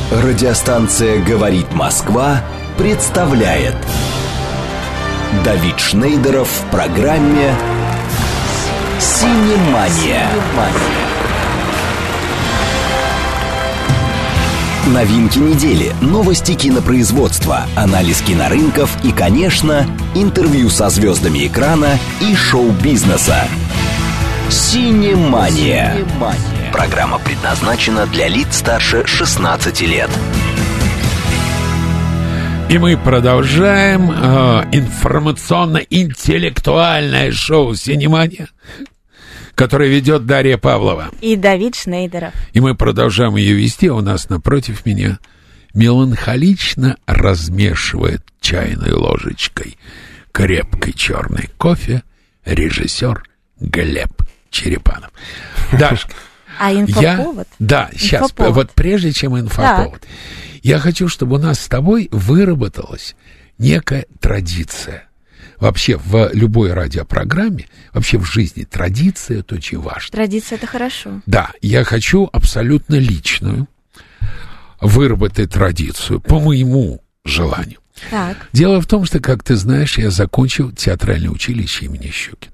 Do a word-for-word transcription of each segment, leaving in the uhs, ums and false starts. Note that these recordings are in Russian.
Радиостанция «Говорит Москва» представляет Давид Шнейдеров в программе «Синемания». Новинки недели, новости кинопроизводства, анализ кинорынков и, конечно, интервью со звездами экрана и шоу-бизнеса. «Синемания». Программа предназначена для лиц старше шестнадцати лет. И мы продолжаем э, информационно-интеллектуальное шоу «Синемания», которое ведет Дарья Павлова и Давид Шнейдеров. И мы продолжаем ее вести. У нас напротив меня меланхолично размешивает чайной ложечкой крепкий черный кофе режиссер Глеб Черепанов. Дашка, а инфоповод? Я, да, сейчас, инфоповод. Вот прежде чем инфоповод, так. Я хочу, чтобы у нас с тобой выработалась некая традиция. Вообще в любой радиопрограмме, вообще в жизни традиция — это очень важно. Традиция — это хорошо. Да, я хочу абсолютно личную выработать традицию по моему желанию. Так. Дело в том, что, как ты знаешь, я закончил театральное училище имени Щукина.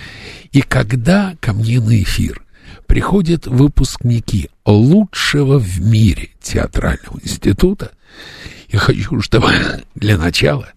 И когда ко мне на эфир приходят выпускники лучшего в мире театрального института, я хочу, чтобы для начала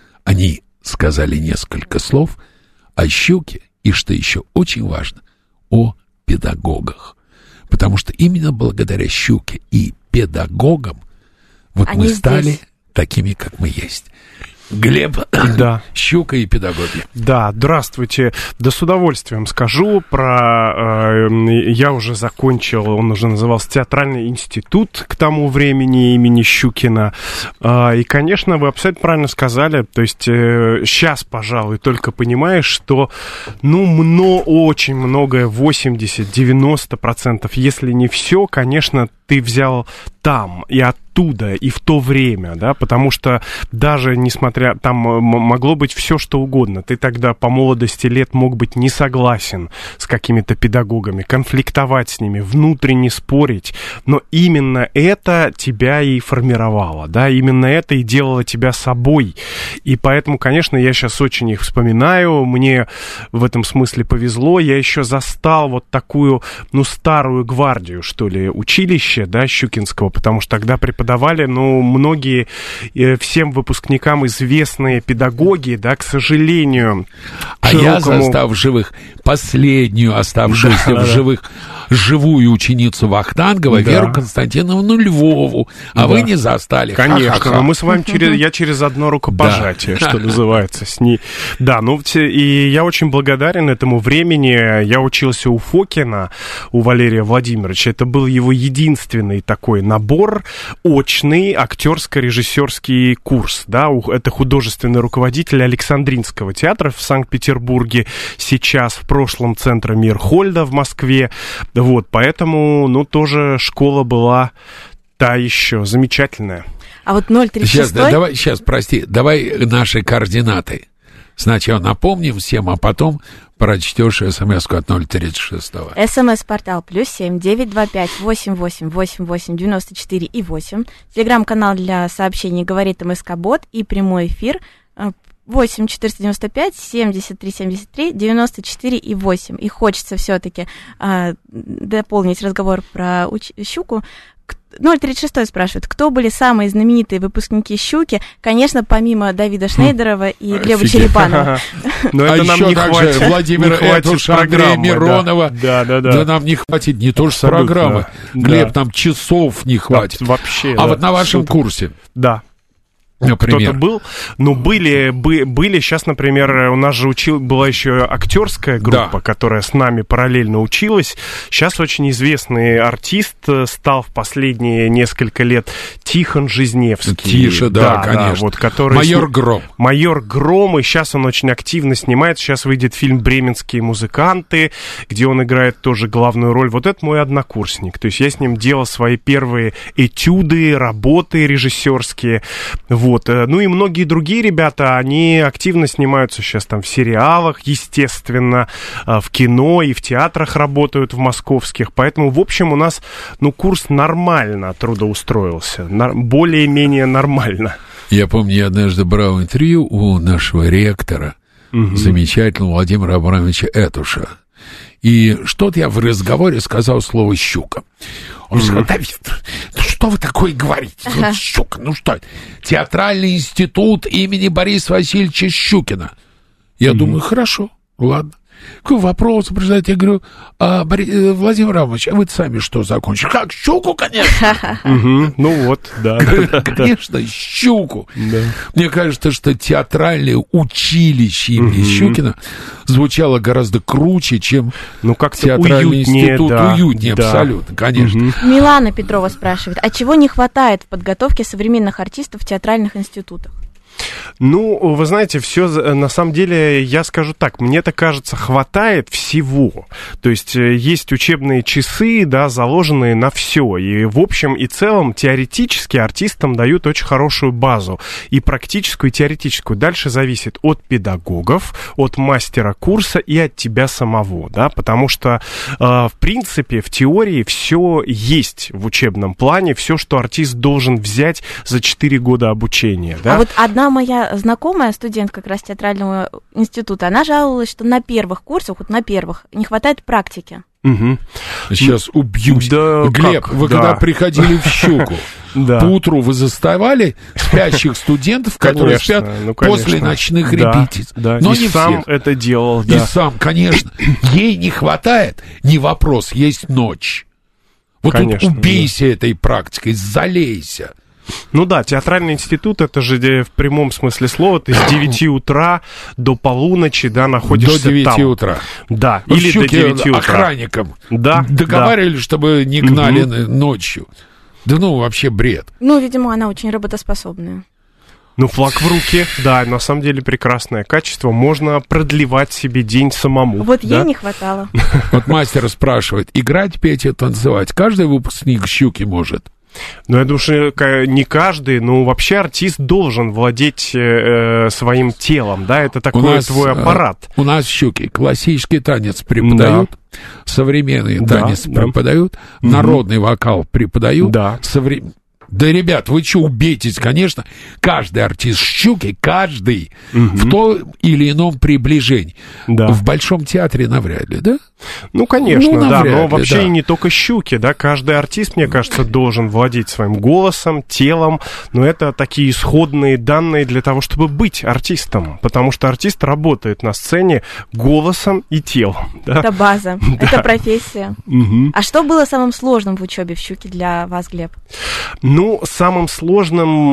они сказали несколько слов о Щуке и, что еще очень важно, о педагогах. Потому что именно благодаря Щуке и педагогам вот они мы стали здесь такими, как мы есть. Глеб, да. Щука и педагоги. Да, здравствуйте. Да с удовольствием скажу про... Э, я уже закончил, он уже назывался Театральный институт к тому времени имени Щукина. Э, и, конечно, вы абсолютно правильно сказали. То есть э, сейчас, пожалуй, только понимаешь, что, ну, мно, очень многое, восемьдесят-девяносто процентов, если не все, конечно, ты взял там и оттуда, и в то время, да, потому что даже несмотря, там могло быть все, что угодно, ты тогда по молодости лет мог быть не согласен с какими-то педагогами, конфликтовать с ними, внутренне спорить, но именно это тебя и формировало, да, именно это и делало тебя собой, и поэтому, конечно, я сейчас очень их вспоминаю, мне в этом смысле повезло, я еще застал вот такую, ну, старую гвардию, что ли, училище, да, Щукинского, потому что тогда преподавали, ну, многие э, всем выпускникам известные педагоги, да, к сожалению. А широкому... я застав в живых последнюю оставшуюся да, в да, живых да. живую ученицу Вахтангова, да. Веру Константиновну Львову, а да. вы не застали. Конечно, Ха-ха-ха. но мы с вами через, я через одно рукопожатие, да. что называется, с ней. Да, ну, и я очень благодарен этому времени. Я учился у Фокина, у Валерия Владимировича. Это был его единственный такой набор, очный актерско-режиссерский курс, да, это художественный руководитель Александринского театра в Санкт-Петербурге, сейчас в прошлом центре Мирхольда в Москве, вот, поэтому, ну, тоже школа была та еще замечательная. А вот ноль тридцать шесть... Сейчас, да, давай, сейчас, прости, давай наши координаты. Сначала напомним всем, а потом прочтешь смс-ку от ноль тридцать шесть. СМС-портал плюс семь девять два пять восемь восемь восемь восемь девяносто четыре и восемь. Телеграм-канал для сообщений «Говорит МСК-бот» и прямой эфир восемь четыреста девяносто пять семьдесят три семьдесят три девяносто четыре и восемь. И хочется все-таки а, дополнить разговор про уч- Щуку. ноль тридцать шесть спрашивает, кто были самые знаменитые выпускники «Щуки», конечно, помимо Давида Шнейдерова и Глеба Черепанова. Но это нам не хватит. Владимира Этуша, Андрея Миронова. Да, да, да. Да нам не хватит не то что программы. Глеб, нам часов не хватит. Вообще. А вот на вашем курсе. Да. Например. Кто-то был, ну, были, бы, были, сейчас, например, у нас же учил, была еще актерская группа, да. которая с нами параллельно училась. Сейчас очень известный артист стал в последние несколько лет Тихон Жизневский. Тише, да, да конечно. Да, вот, который Майор сни... Гром. Майор Гром, и сейчас он очень активно снимает. Сейчас выйдет фильм «Бременские музыканты», где он играет тоже главную роль. Вот это мой однокурсник. То есть я с ним делал свои первые этюды, работы режиссерские. Вот. Вот. Ну и многие другие ребята, они активно снимаются сейчас там в сериалах, естественно, в кино и в театрах работают, в московских. Поэтому, в общем, у нас, ну, курс нормально трудоустроился, более-менее нормально. Я помню, я однажды брал интервью у нашего ректора, угу. замечательного Владимира Абрамовича Этуша. И что-то я в разговоре сказал слово «щука». Он mm-hmm. сказал: Давид, ну что вы такое говорите? Вот щука, ну что это? Театральный институт имени Бориса Васильевича Щукина. Я mm-hmm. думаю, хорошо, ладно. Какой вопрос, приезжает, я говорю: а, Борис, Владимир Абрамович, а вы сами что закончили? Как, щуку, конечно. Ну вот, да. Конечно, щуку. Мне кажется, что театральное училище имени Щукина звучало гораздо круче, чем театральный институт. Уютнее, абсолютно, конечно. Милана Петрова спрашивает: а чего не хватает в подготовке современных артистов в театральных институтах? Ну, вы знаете, все, на самом деле, я скажу так, мне-то кажется, хватает всего. То есть есть учебные часы, да, заложенные на все. И в общем и целом теоретически артистам дают очень хорошую базу. И практическую, и теоретическую. Дальше зависит от педагогов, от мастера курса и от тебя самого, да, потому что, э, в принципе, в теории все есть в учебном плане, все, что артист должен взять за четыре года обучения, да. А вот одна моя знакомая, студент как раз театрального института, она жаловалась, что на первых курсах, вот на первых, не хватает практики. Угу. Сейчас убьюсь. Да, Глеб, как? вы да. когда приходили в «Щуку», да. поутру вы заставали спящих студентов, которые конечно, спят ну, после ночных да, репетиций. Да. Но и не сам всех. это делал. И да. сам, конечно. Ей не хватает, не вопрос, есть ночь. Вот конечно, тут убейся да. этой практикой, залейся. Ну да, театральный институт, это же в прямом смысле слова, ты с девяти утра до полуночи, да, находишься там. До девяти утра. Да, вот или до девяти утра. Охранникам да, договаривались, да. чтобы не гнали угу. ночью. Да ну, вообще бред. Ну, видимо, она очень работоспособная. Ну, флаг в руки, да, на самом деле прекрасное качество. Можно продлевать себе день самому. Вот да? ей не хватало. Вот мастер спрашивает: играть, петь и танцевать каждый выпускник «Щуки» может? Ну, я думаю, что не каждый, но вообще артист должен владеть э, своим телом, да, это такой нас, твой аппарат. У нас в «Щуке» классический танец преподают, да. современный да, танец да. преподают, угу. народный вокал преподают, да. совре... Да, ребят, вы что, убейтесь, конечно, каждый артист «Щуки», каждый угу. в том или ином приближении. Да. В Большом театре навряд ли, да? Ну, конечно, ну, да, но ли, вообще да. и не только «Щуки», да, каждый артист, мне кажется, должен владеть своим голосом, телом, но это такие исходные данные для того, чтобы быть артистом, потому что артист работает на сцене голосом и телом. Да? Это база, да. это профессия. Угу. А что было самым сложным в учебе в «Щуке» для вас, Глеб? Ну, самым сложным,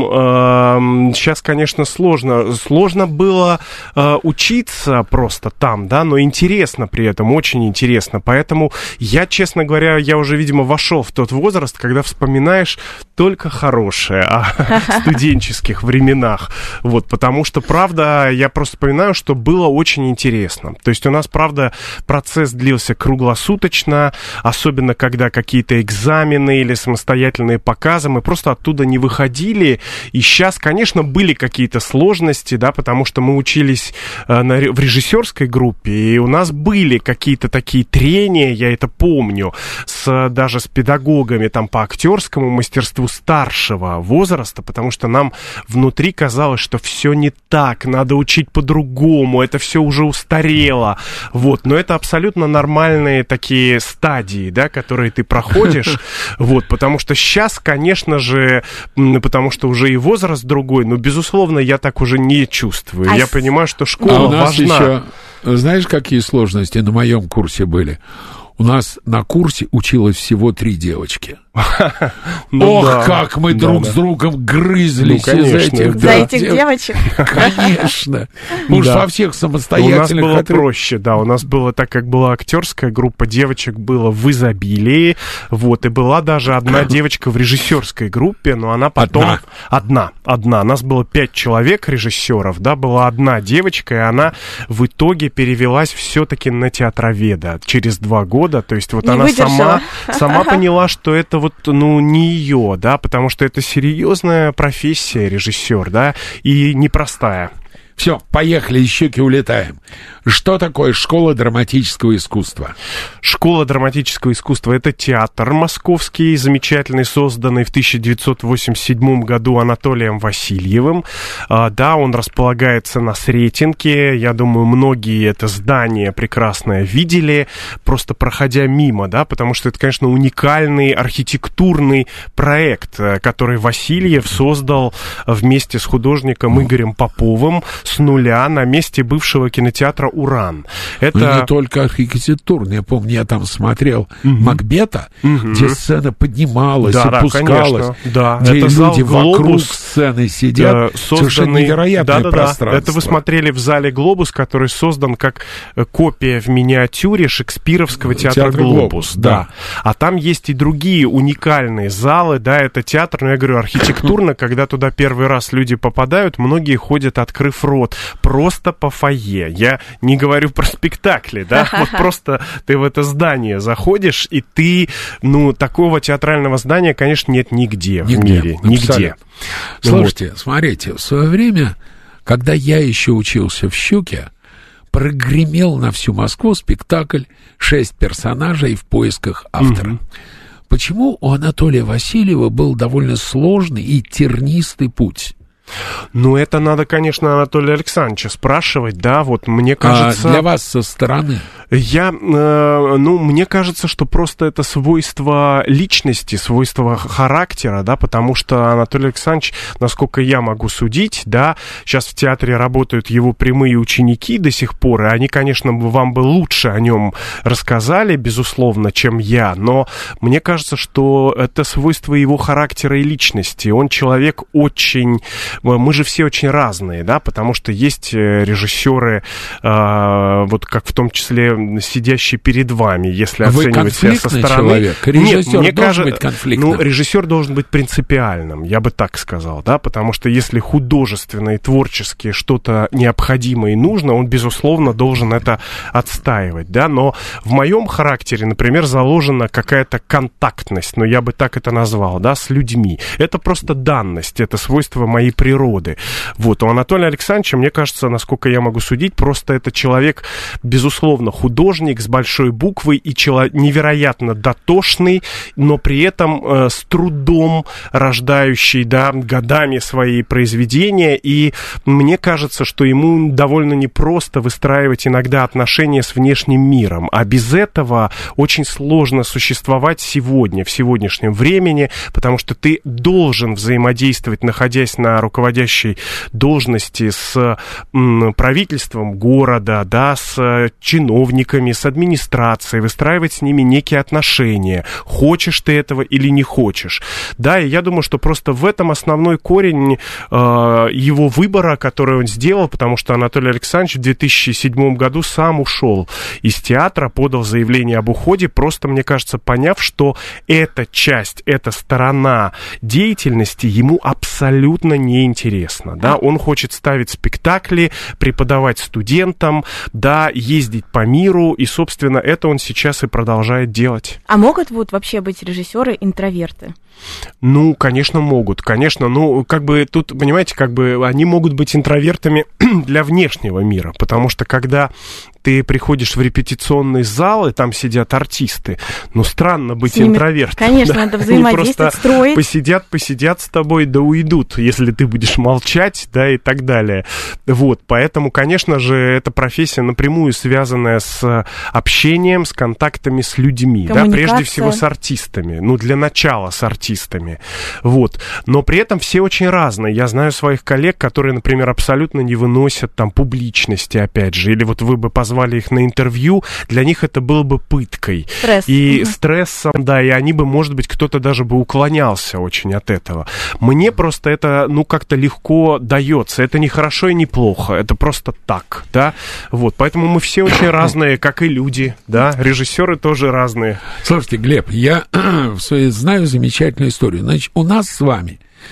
э, сейчас, конечно, сложно. Сложно было э, учиться просто там, да, но интересно при этом, очень интересно. Поэтому я, честно говоря, я уже, видимо, вошел в тот возраст, когда вспоминаешь только хорошее о студенческих временах. Вот, потому что, правда, я просто вспоминаю, что было очень интересно. То есть у нас, правда, процесс длился круглосуточно, особенно когда какие-то экзамены или самостоятельные показы, мы просто оттуда не выходили. И сейчас, конечно, были какие-то сложности, да, потому что мы учились э, на, в режиссерской группе, и у нас были какие-то такие трения, я это помню, с, даже с педагогами там по актерскому мастерству старшего возраста, потому что нам внутри казалось, что все не так, надо учить по-другому, это все уже устарело. Вот, но это абсолютно нормальные такие стадии, да, которые ты проходишь, вот, потому что сейчас, конечно же, потому что уже и возраст другой, но, безусловно, я так уже не чувствую. А я с... понимаю, что школа а у нас важна. Еще, знаешь, какие сложности на моем курсе были? У нас на курсе училось всего три девочки. Ну, Ох, да, как мы да, друг да. с другом грызлись ну, конечно, из этих, да. За этих дев... девочек. Конечно. Мы уж во всех самостоятельных... У нас было отрыв... проще, да. У нас было, так как была актерская группа, девочек было в изобилии. Вот, и была даже одна девочка в режиссерской группе, но она потом... Одна? Одна, одна. Нас было пять человек режиссеров, да, была одна девочка, и она в итоге перевелась все-таки на театроведа через два года. То есть вот Не она выдержала. сама, сама поняла, что этого вот, ну, не ее, да, потому что это серьезная профессия, режиссер, да, и непростая. Все, поехали, из щеки улетаем. Что такое школа драматического искусства? Школа драматического искусства — это театр московский, замечательный, созданный в тысяча девятьсот восемьдесят седьмом году Анатолием Васильевым. А, да, он располагается на Сретенке. Я думаю, многие это здание прекрасное видели, просто проходя мимо, да, потому что это, конечно, уникальный архитектурный проект, который Васильев создал вместе с художником Игорем Поповым с нуля на месте бывшего кинотеатра «Уран». Это... Но не только архитектурный. Я помню, я там смотрел угу. «Макбета», угу. где сцена поднималась, да, опускалась, да, где это люди вокруг «Глобус», сцены сидят. э, созданный... Совершенно невероятное да, да, пространство. Да. Это вы смотрели в зале «Глобус», который создан как копия в миниатюре шекспировского театра Театр «Глобус». «Глобус», да. да. А там есть и другие уникальные залы, да, это театр, но я говорю, архитектурно, когда туда первый раз люди попадают, многие ходят, открыв рот, просто по фойе. Я не говорю про спектакли, да, вот просто ты в это здание заходишь, и ты, ну, такого театрального здания, конечно, нет нигде, нигде в мире, нигде. Слушайте, вот. Смотрите, в свое время, когда я еще учился в «Щуке», прогремел на всю Москву спектакль «Шесть персонажей в поисках автора». Угу. Почему у Анатолия Васильева был довольно сложный и тернистый путь? Ну, это надо, конечно, Анатолия Александровича спрашивать, да, вот мне кажется... А для вас со стороны? Я, э, ну, мне кажется, что просто это свойство личности, свойство характера, да, потому что Анатолий Александрович, насколько я могу судить, да, сейчас в театре работают его прямые ученики до сих пор, и они, конечно, вам бы лучше о нем рассказали, безусловно, чем я, но мне кажется, что это свойство его характера и личности. Он человек очень... Мы же все очень разные, да, потому что есть режиссеры, э, вот как в том числе сидящий перед вами, если Вы оценивать себя со стороны. Человек. Режиссер Нет, мне должен кажется, быть конфликтным. Ну, режиссер должен быть принципиальным, я бы так сказал, да, потому что если художественно и творчески что-то необходимо и нужно, он, безусловно, должен это отстаивать, да, но в моем характере, например, заложена какая-то контактность, ну, я бы так это назвал, да, с людьми. Это просто данность, это свойство моей природы. Вот, у Анатолия Александровича, мне кажется, насколько я могу судить, просто это человек, безусловно, художник с большой буквы и человек невероятно дотошный, но при этом э, с трудом рождающий, да, годами свои произведения, и мне кажется, что ему довольно непросто выстраивать иногда отношения с внешним миром, а без этого очень сложно существовать сегодня, в сегодняшнем времени, потому что ты должен взаимодействовать, находясь на руководящей должности с м, правительством города, да, с чиновниками, с администрацией, выстраивать с ними некие отношения. Хочешь ты этого или не хочешь. Да, и я думаю, что просто в этом основной корень э, его выбора, который он сделал, потому что Анатолий Александрович в две тысячи седьмом году сам ушел из театра, подал заявление об уходе, просто, мне кажется, поняв, что эта часть, эта сторона деятельности ему абсолютно неинтересна. Да? Он хочет ставить спектакли, преподавать студентам, да, ездить по миру, и, собственно, это он сейчас и продолжает делать. А могут вот вообще быть режиссеры интроверты? Ну, конечно, могут, конечно, ну, как бы тут, понимаете, как бы они могут быть интровертами для внешнего мира, потому что когда ты приходишь в репетиционный зал, и там сидят артисты, ну, странно быть ними, интровертом. Конечно, да? Надо взаимодействовать, строить. Посидят, посидят с тобой, да уйдут, если ты будешь молчать, да, и так далее. Вот, поэтому, конечно же, эта профессия напрямую связанная с общением, с контактами с людьми, да, прежде всего с артистами, ну, для начала с артистами. артистами. Вот. Но при этом все очень разные. Я знаю своих коллег, которые, например, абсолютно не выносят там публичности, опять же, или вот вы бы позвали их на интервью, для них это было бы пыткой. Стресс. И угу. стрессом, да, и они бы, может быть, кто-то даже бы уклонялся очень от этого. Мне просто это, ну, как-то легко дается. Это не хорошо и не плохо. Это просто так, да. Вот. Поэтому мы все очень разные, как и люди, да. Режиссеры тоже разные. Слушайте, Глеб, я знаю замечательную историю. Значит, у нас с вами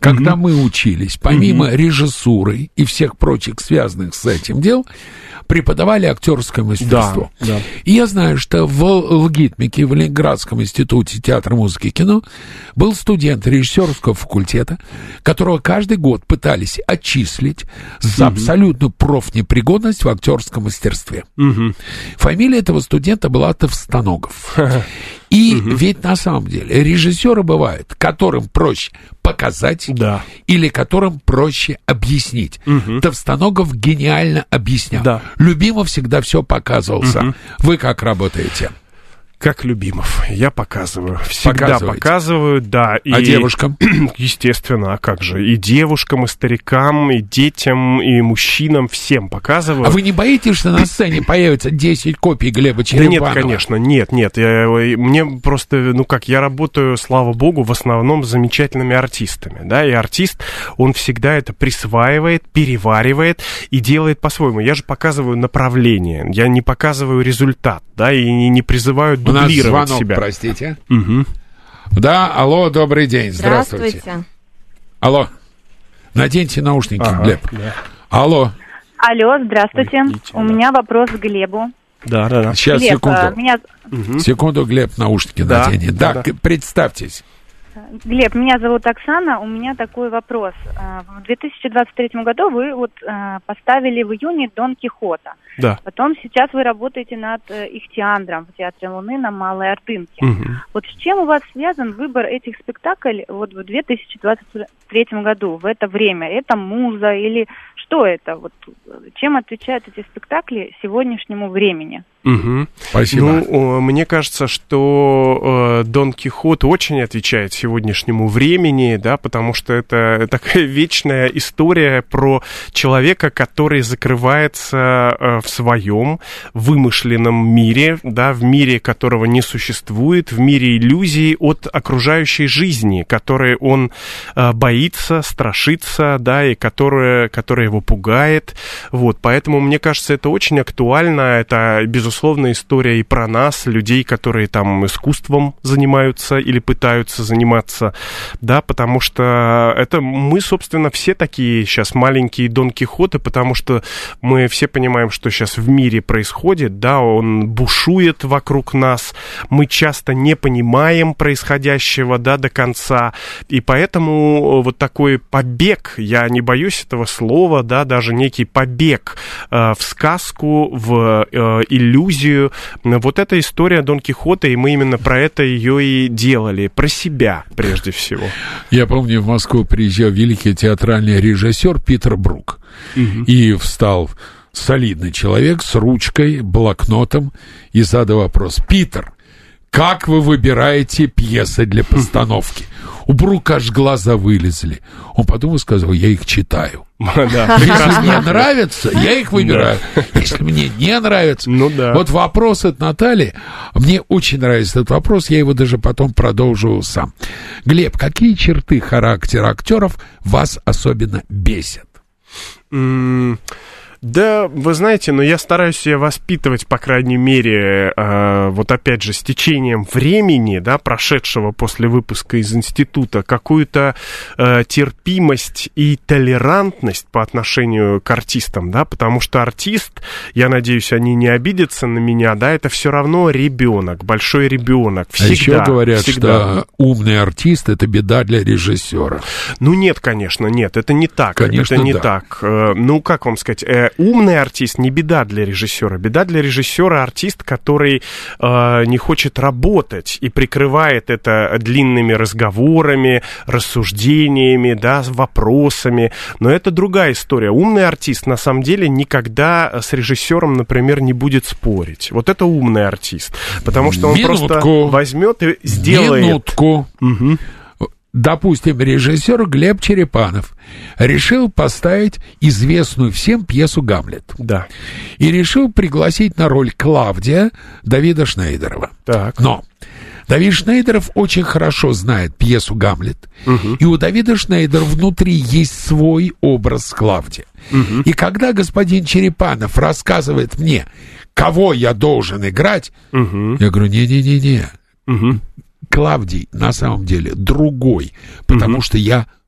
когда угу. мы учились, помимо угу. режиссуры и всех прочих связанных с этим дел, преподавали актерское мастерство. Да, да. И я знаю, что в ЛГИТМИКе, в Ленинградском институте театра, музыки и кино, был студент режиссерского факультета, которого каждый год пытались отчислить за угу. абсолютную профнепригодность в актерском мастерстве. Угу. Фамилия этого студента была Товстоногов. И угу. ведь на самом деле режиссеры бывают, которым проще показать, да. или которым проще объяснить. Угу. Товстоногов гениально объяснял. Да. Любимов всегда все показывался. Угу. Вы как работаете? Как Любимов. Я показываю. Всегда показываю, да. И, а девушкам? Естественно, а как же. И девушкам, и старикам, и детям, и мужчинам, всем показываю. А вы не боитесь, что на сцене появится десять копий Глеба Черепанова? Да нет, конечно, нет, нет. Я, мне просто, ну как, я работаю, слава богу, в основном с замечательными артистами, да, и артист, он всегда это присваивает, переваривает и делает по-своему. Я же показываю направление, я не показываю результат, да, и не, не призываю дублировать себя. У нас звонок, себя. Простите. Угу. Да, алло, добрый день, здравствуйте. Здравствуйте. Алло, наденьте наушники, ага, Глеб. Да. Алло. Алло, здравствуйте. Идите, У да. меня вопрос к Глебу. Да, да, да. Сейчас, Глеб, секунду. Меня... Угу. Секунду, Глеб, наушники да, наденет. Да, да, да, представьтесь. Глеб, меня зовут Оксана, у меня такой вопрос. В две тысячи двадцать третьем году вы вот поставили в июне Дон Кихота. Да. Потом сейчас вы работаете над Ихтиандром в Театре Луны на Малой Ордынке. Угу. Вот с чем у вас связан выбор этих спектаклей вот в две тысячи двадцать третьем году, в это время? Это муза или что это? Вот чем отвечают эти спектакли сегодняшнему времени? Угу. Спасибо. Ну, мне кажется, что э, Дон Кихот очень отвечает сегодняшнему времени, да, потому что это такая вечная история про человека, который закрывается э, в своем вымышленном мире, да, в мире, которого не существует, в мире иллюзий от окружающей жизни, которой он э, боится, страшится, да, и которая, которая его пугает. Вот, поэтому, мне кажется, это очень актуально, это, безусловно, Безусловно, история и про нас, людей, которые там искусством занимаются или пытаются заниматься, да, потому что это мы, собственно, все такие сейчас маленькие Дон Кихоты, потому что мы все понимаем, что сейчас в мире происходит, да, он бушует вокруг нас, мы часто не понимаем происходящего, да, до конца, и поэтому вот такой побег, я не боюсь этого слова, да, даже некий побег э, в сказку, в э, иллюзию, вот эта история Дон Кихота, и мы именно про это ее и делали, про себя прежде всего. Я помню, в Москву приезжал великий театральный режиссер Питер Брук, угу. и встал солидный человек с ручкой, блокнотом и задал вопрос: «Питер, как вы выбираете пьесы для постановки?» У Брука аж глаза вылезли. Он подумал и сказал: «Я их читаю. Если мне нравится, я их выбираю. Если мне не нравится...» Ну да. Вот вопрос от Натальи. Мне очень нравится этот вопрос. Я его даже потом продолжу сам. Глеб, какие черты характера актеров вас особенно бесят? Да, вы знаете, но я стараюсь себя воспитывать, по крайней мере, э, вот опять же, с течением времени, да, прошедшего после выпуска из института, какую-то э, терпимость и толерантность по отношению к артистам, да, потому что артист, я надеюсь, они не обидятся на меня, да, это все равно ребенок, большой ребенок, всегда. А еще говорят, всегда. Что умный артист — это беда для режиссера. Ну нет, конечно, нет, это не так. Конечно, это не да. так. Э, ну, как вам сказать... Э, Умный артист не беда для режиссера. Беда для режиссера артист, который э, не хочет работать и прикрывает это длинными разговорами, рассуждениями, да, вопросами. Но это другая история. Умный артист на самом деле никогда с режиссером, например, не будет спорить. Вот это умный артист. Потому что он Минутку. просто возьмет и сделает. Минутку. Угу. Допустим, режиссер Глеб Черепанов решил поставить известную всем пьесу «Гамлет». Да. И решил пригласить на роль Клавдия Давида Шнейдерова. Так. Но Давид Шнейдеров очень хорошо знает пьесу «Гамлет». Угу. И у Давида Шнейдера внутри есть свой образ Клавдия. Угу. И когда господин Черепанов рассказывает мне, кого я должен играть, угу. я говорю: не-не-не-не. Угу. Клавдий на самом деле другой, потому угу. что я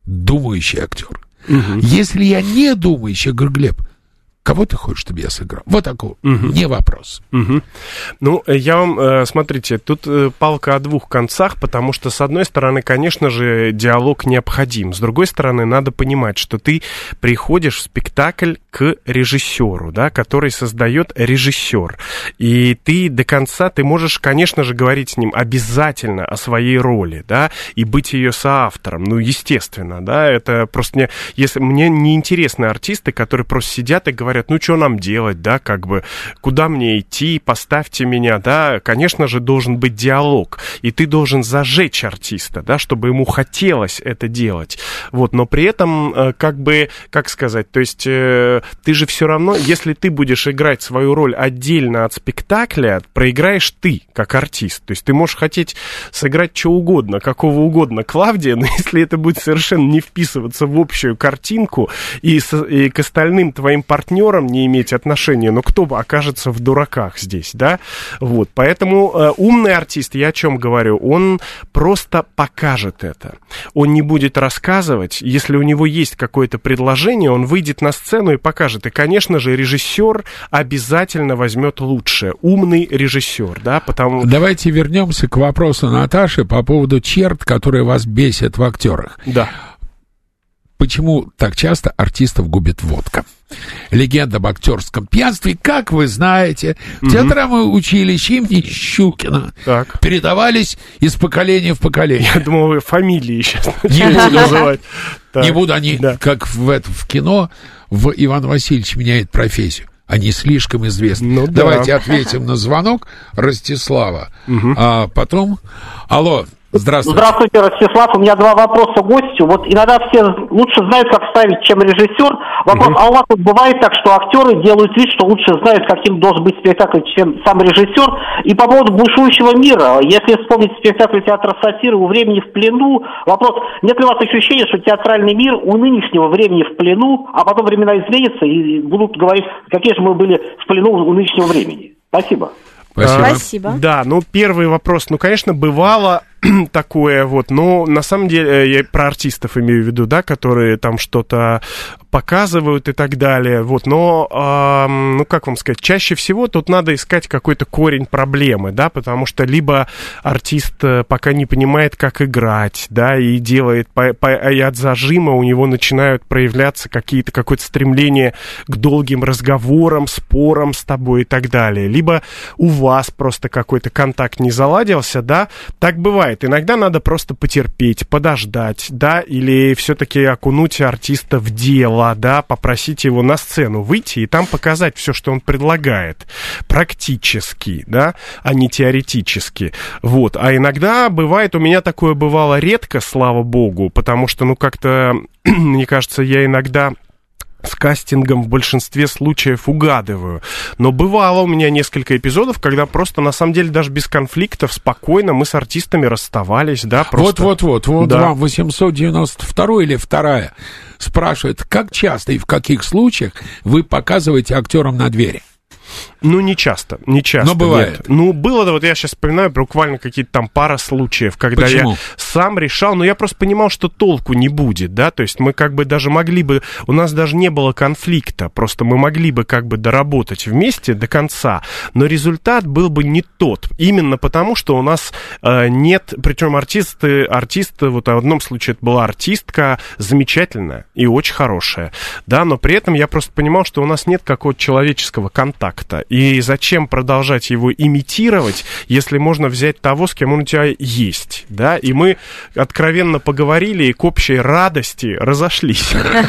думающий актер. Угу. Если я не думающий, я говорю, Глеб, кого ты хочешь, чтобы я сыграл? Вот такой, угу. не вопрос. Угу. Ну, я вам, смотрите, тут палка о двух концах, потому что, с одной стороны, конечно же, диалог необходим. С другой стороны, надо понимать, что ты приходишь в спектакль к режиссеру, да, который создает режиссер. И ты до конца, ты можешь, конечно же, говорить с ним обязательно о своей роли, да, и быть ее соавтором. Ну, естественно, да, это просто не... Если мне неинтересны артисты, которые просто сидят и говорят, ну, что нам делать, да, как бы, куда мне идти, поставьте меня, да, конечно же, должен быть диалог, и ты должен зажечь артиста, да, чтобы ему хотелось это делать, вот, но при этом, как бы, как сказать, то есть, ты же все равно, если ты будешь играть свою роль отдельно от спектакля, проиграешь ты, как артист, то есть, ты можешь хотеть сыграть что угодно, какого угодно Клавдия, но если это будет совершенно не вписываться в общую картинку, и, с, и к остальным твоим партнерам не иметь отношения, но кто окажется в дураках здесь, да? Вот, поэтому э, умный артист, я о чем говорю, он просто покажет это. Он не будет рассказывать, если у него есть какое-то предложение, он выйдет на сцену и покажет. И, конечно же, режиссер обязательно возьмет лучшее. Умный режиссер, да, потому... Давайте вернемся к вопросу Наташи по поводу черт, которые вас бесят в актерах. Да. Почему так часто артистов губит водка? Легенда об актерском пьянстве, как вы знаете, в театральном училище имени Щукина так. передавались из поколения в поколение. Я думал, вы фамилии сейчас не буду называть. Не буду, они, да. как в, это, в кино, в Иван Васильевич меняет профессию. Они слишком известны. Ну, Давайте да. ответим на звонок Ростислава. Угу. А потом... Алло. Здравствуйте. Здравствуйте, Ростислав. У меня два вопроса гостю. Вот иногда все лучше знают, как ставить, чем режиссер. Вопрос, угу. а у вас вот бывает так, что актеры делают вид, что лучше знают, каким должен быть спектакль, чем сам режиссер? И по поводу бушующего мира. Если вспомнить спектакль театра сатиры «У времени в плену», вопрос, нет ли у вас ощущения, что театральный мир у нынешнего времени в плену, а потом времена изменятся и будут говорить, какие же мы были в плену у нынешнего времени? Спасибо. Спасибо. Спасибо. Да, ну, первый вопрос. Ну, конечно, бывало такое вот, но на самом деле я про артистов имею в виду, да, которые там что-то показывают и так далее, вот, но, э, ну, как вам сказать, чаще всего тут надо искать какой-то корень проблемы, да, потому что либо артист пока не понимает, как играть, да, и делает, по, по, и от зажима у него начинают проявляться какие-то, какое-то стремление к долгим разговорам, спорам с тобой и так далее, либо у вас просто какой-то контакт не заладился, да, так бывает. Иногда надо просто потерпеть, подождать, да, или все-таки окунуть артиста в дело, да, попросить его на сцену выйти и там показать все, что он предлагает, практически, да, а не теоретически, вот. А иногда бывает, у меня такое бывало редко, слава богу, потому что, ну, как-то, мне кажется, я иногда... с кастингом в большинстве случаев угадываю. Но бывало у меня несколько эпизодов, когда просто, на самом деле, даже без конфликтов, спокойно мы с артистами расставались, да, просто... Вот-вот-вот, вот да. Вам восемьсот девяносто второй или вторая спрашивает, как часто и в каких случаях вы показываете актерам на двери? Ну, не часто, не часто. Но бывает. Нет. Ну, было, вот я сейчас вспоминаю, буквально какие-то там пара случаев, когда Почему? я сам решал, но я просто понимал, что толку не будет, да, то есть мы как бы даже могли бы, у нас даже не было конфликта, просто мы могли бы как бы доработать вместе до конца, но результат был бы не тот, именно потому, что у нас э, нет, причем артисты, артисты, вот в одном случае это была артистка замечательная и очень хорошая, да, но при этом я просто понимал, что у нас нет какого-то человеческого контакта. И зачем продолжать его имитировать, если можно взять того, с кем он у тебя есть, да? И мы откровенно поговорили и к общей радости разошлись.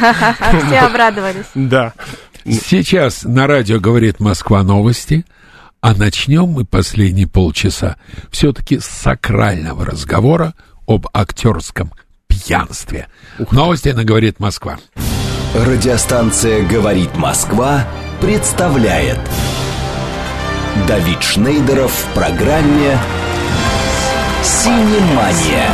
Все обрадовались. Да. Сейчас на радио «Говорит Москва» новости, а начнем мы последние полчаса все-таки с сакрального разговора об актерском пьянстве. Новости на «Говорит Москва». Радиостанция «Говорит Москва» представляет Давид Шнейдеров в программе «Синемания».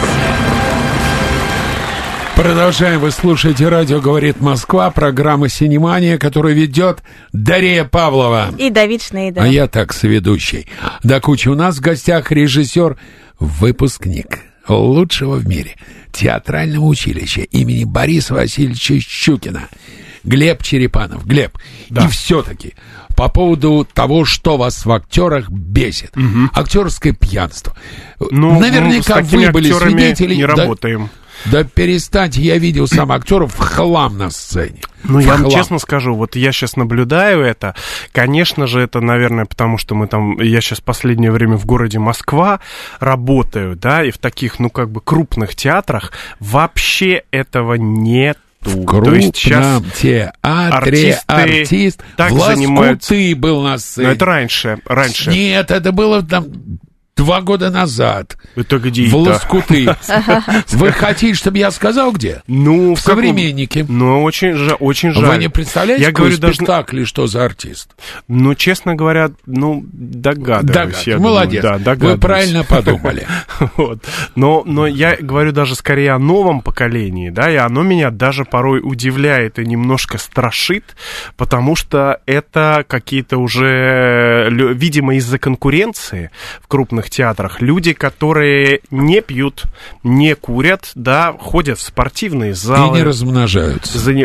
Продолжаем. Вы слушаете радио «Говорит Москва», программа «Синемания», которую ведет Дарья Павлова. И Давид Шнейдеров. А я так, соведущий. До кучи у нас в гостях режиссер, выпускник лучшего в мире театрального училища имени Бориса Васильевича Щукина. Глеб Черепанов. Глеб, да. И все-таки по поводу того, что вас в актерах бесит. Угу. Актерское пьянство. Ну, наверняка ну, вы были свидетелем. Не работаем. Да, да перестаньте, я видел сам актеров в хлам на сцене. Ну, я вам честно скажу, вот я сейчас наблюдаю это, конечно же, это, наверное, потому что мы там, я сейчас в последнее время в городе Москва работаю, да, и в таких, ну, как бы крупных театрах вообще этого нет. В крупном театре артист в лоскуты был на сцене. Но это раньше, раньше. Нет, это было там два года назад. Это где? В лоскуты. Вы хотите, чтобы я сказал, где? Ну, в «Современнике». Ну, очень, жа- очень жаль. Вы не представляете, какой спектакль и что за артист? Ну, честно говоря, ну, догадываюсь. Догад... Молодец. Да, вы правильно подумали. Вот. Но, но я говорю даже скорее о новом поколении, да, и оно меня даже порой удивляет и немножко страшит, потому что это какие-то уже, видимо, из-за конкуренции в крупных театрах люди, которые не пьют, не курят, да, ходят в спортивные залы. И не размножаются. За...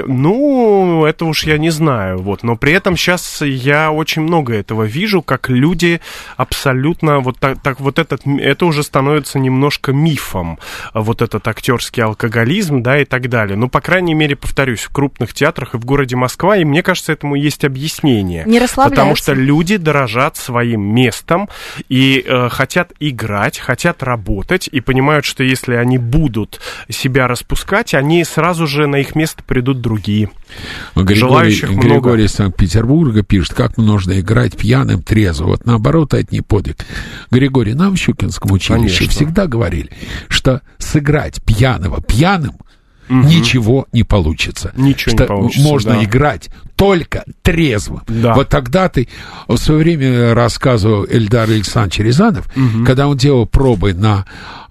Ну, это уж я не знаю, вот. Но при этом сейчас я очень много этого вижу, как люди абсолютно вот так, так вот этот, это уже становится немножко мифом, вот этот актерский алкоголизм, да, и так далее. Ну, по крайней мере, повторюсь, в крупных театрах и в городе Москва, и мне кажется, этому есть объяснение. Не расслабляются. Потому что люди дорожат своим местом и э, хотят играть, хотят работать и понимают, что если они будут себя распускать, они сразу же на их место придут другие. Григорий, Желающих много. Григорий из Санкт-Петербурга пишет, как нужно играть пьяным трезво. Вот наоборот, это не подвиг. Григорий, нам в Щукинском училище Конечно. всегда говорили, что сыграть пьяного пьяным Угу. ничего не получится. Ничего что не получится, можно да. играть только трезво. Да. Вот тогда ты... В свое время рассказывал Эльдар Александрович Рязанов, угу. когда он делал пробы на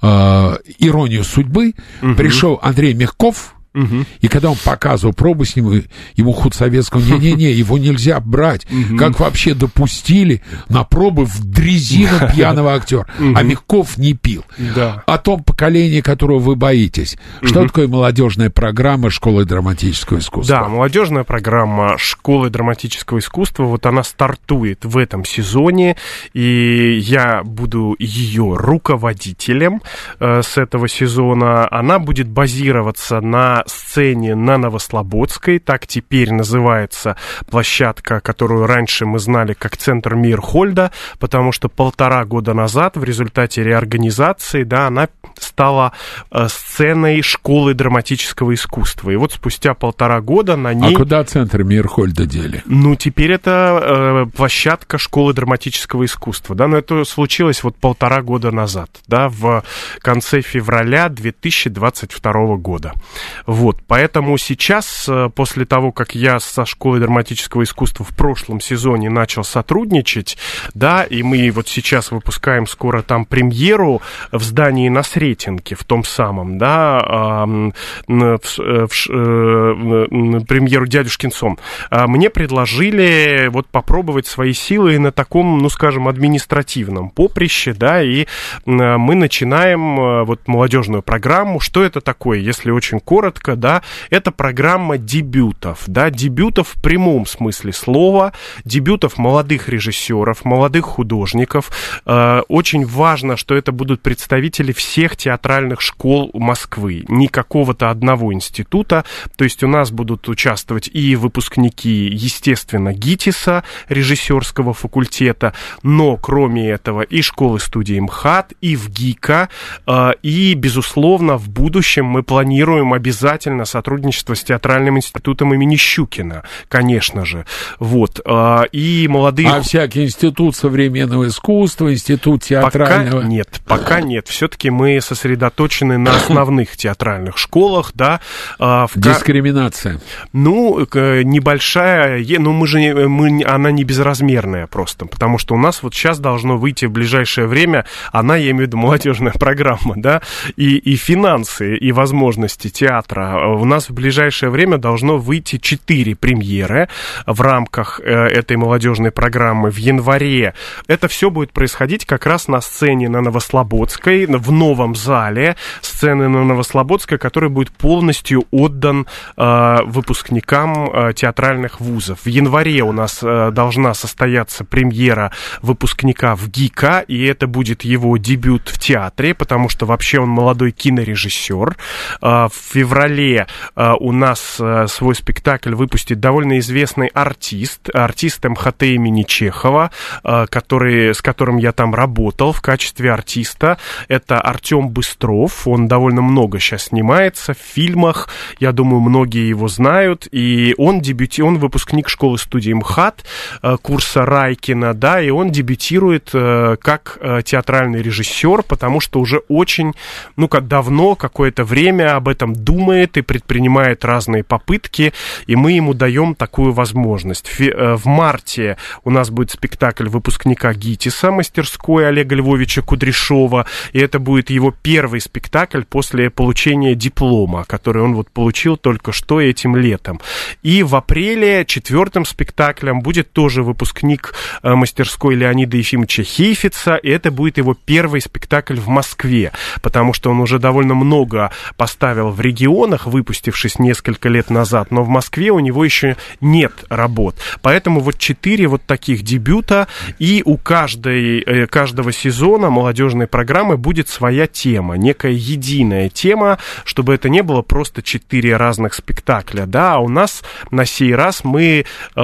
э, «Иронию судьбы», угу. пришел Андрей Мягков, Uh-huh. и когда он показывал пробу с ним, ему худсовет сказал, не-не-не, его нельзя брать. Uh-huh. Как вообще допустили на пробы в дрезину пьяного актера? Uh-huh. А Мягков не пил. Да. О том поколении, которого вы боитесь. Uh-huh. Что такое молодежная программа Школы драматического искусства? Да, молодежная программа Школы драматического искусства, вот она стартует в этом сезоне, и я буду ее руководителем э, с этого сезона. Она будет базироваться на сцене на Новослободской, так теперь называется площадка, которую раньше мы знали как Центр Мейерхольда, потому что полтора года назад в результате реорганизации, да, она стала э, сценой Школы драматического искусства. И вот спустя полтора года на ней... А куда Центр Мейерхольда дели? Ну, теперь это э, площадка Школы драматического искусства, да, но это случилось вот полтора года назад, да, в конце февраля две тысячи двадцать второго года. Вот, поэтому сейчас, после того, как я со Школой драматического искусства в прошлом сезоне начал сотрудничать, да, и мы вот сейчас выпускаем скоро там премьеру в здании на Сретенке, в том самом, да, э, в, в, э, премьеру «Дядюшкин сон», мне предложили вот попробовать свои силы на таком, ну, скажем, административном поприще, да, и мы начинаем вот молодежную программу. Что это такое, если очень коротко? Да, это программа дебютов, да, дебютов в прямом смысле слова, дебютов молодых режиссеров, молодых художников. Э, очень важно, что это будут представители всех театральных школ Москвы, не какого-то одного института, то есть у нас будут участвовать и выпускники, естественно, ГИТИСа, режиссерского факультета, но кроме этого и школы-студии МХАТ, и ВГИКа, э, и, безусловно, в будущем мы планируем обязательно Обязательно сотрудничество с театральным институтом имени Щукина, конечно же. Вот. И молодые... А всякий институт современного искусства, институт театрального... Пока нет, пока нет. Все-таки мы сосредоточены на основных театральных школах, да. В... Дискриминация. Ну, небольшая, но мы же, мы, она не безразмерная просто, потому что у нас вот сейчас должно выйти в ближайшее время, она, я имею в виду, молодежная программа, да, и, и финансы, и возможности театра театра. У нас в ближайшее время должно выйти четыре премьеры в рамках этой молодежной программы в январе. Это все будет происходить как раз на сцене на Новослободской, в новом зале сцены на Новослободской, который будет полностью отдан э, выпускникам э, театральных вузов. В январе у нас э, должна состояться премьера выпускника в ГИКа, и это будет его дебют в театре, потому что вообще он молодой кинорежиссер. Э, в феврале э, у нас э, свой спектакль выпустит довольно известный артист, артист эм ха тэ имени Чехова, э, который, с которым я там работал в качестве артиста. Это Артем Быстров, он довольно много сейчас снимается в фильмах, я думаю, многие его знают, и он дебюти, он выпускник школы-студии МХАТ, курса Райкина, да, и он дебютирует как театральный режиссер, потому что уже очень, ну, как давно, какое-то время об этом думает и предпринимает разные попытки, и мы ему даем такую возможность. В марте у нас будет спектакль выпускника ГИТИСа, мастерской Олега Львовича Кудряшова, и это будет его первый спектакль после получения диплома, который он вот получил только что этим летом. И в апреле четвертым спектаклем будет тоже выпускник э, мастерской Леонида Ефимовича Хейфица, и это будет его первый спектакль в Москве, потому что он уже довольно много поставил в регионах, выпустившись несколько лет назад, но в Москве у него еще нет работ. Поэтому вот четыре вот таких дебюта, и у каждой, э, каждого сезона молодежной программы будет своя тема, некая единая тема, чтобы это не было просто четыре разных спектакля, да, а у нас на сей раз мы э,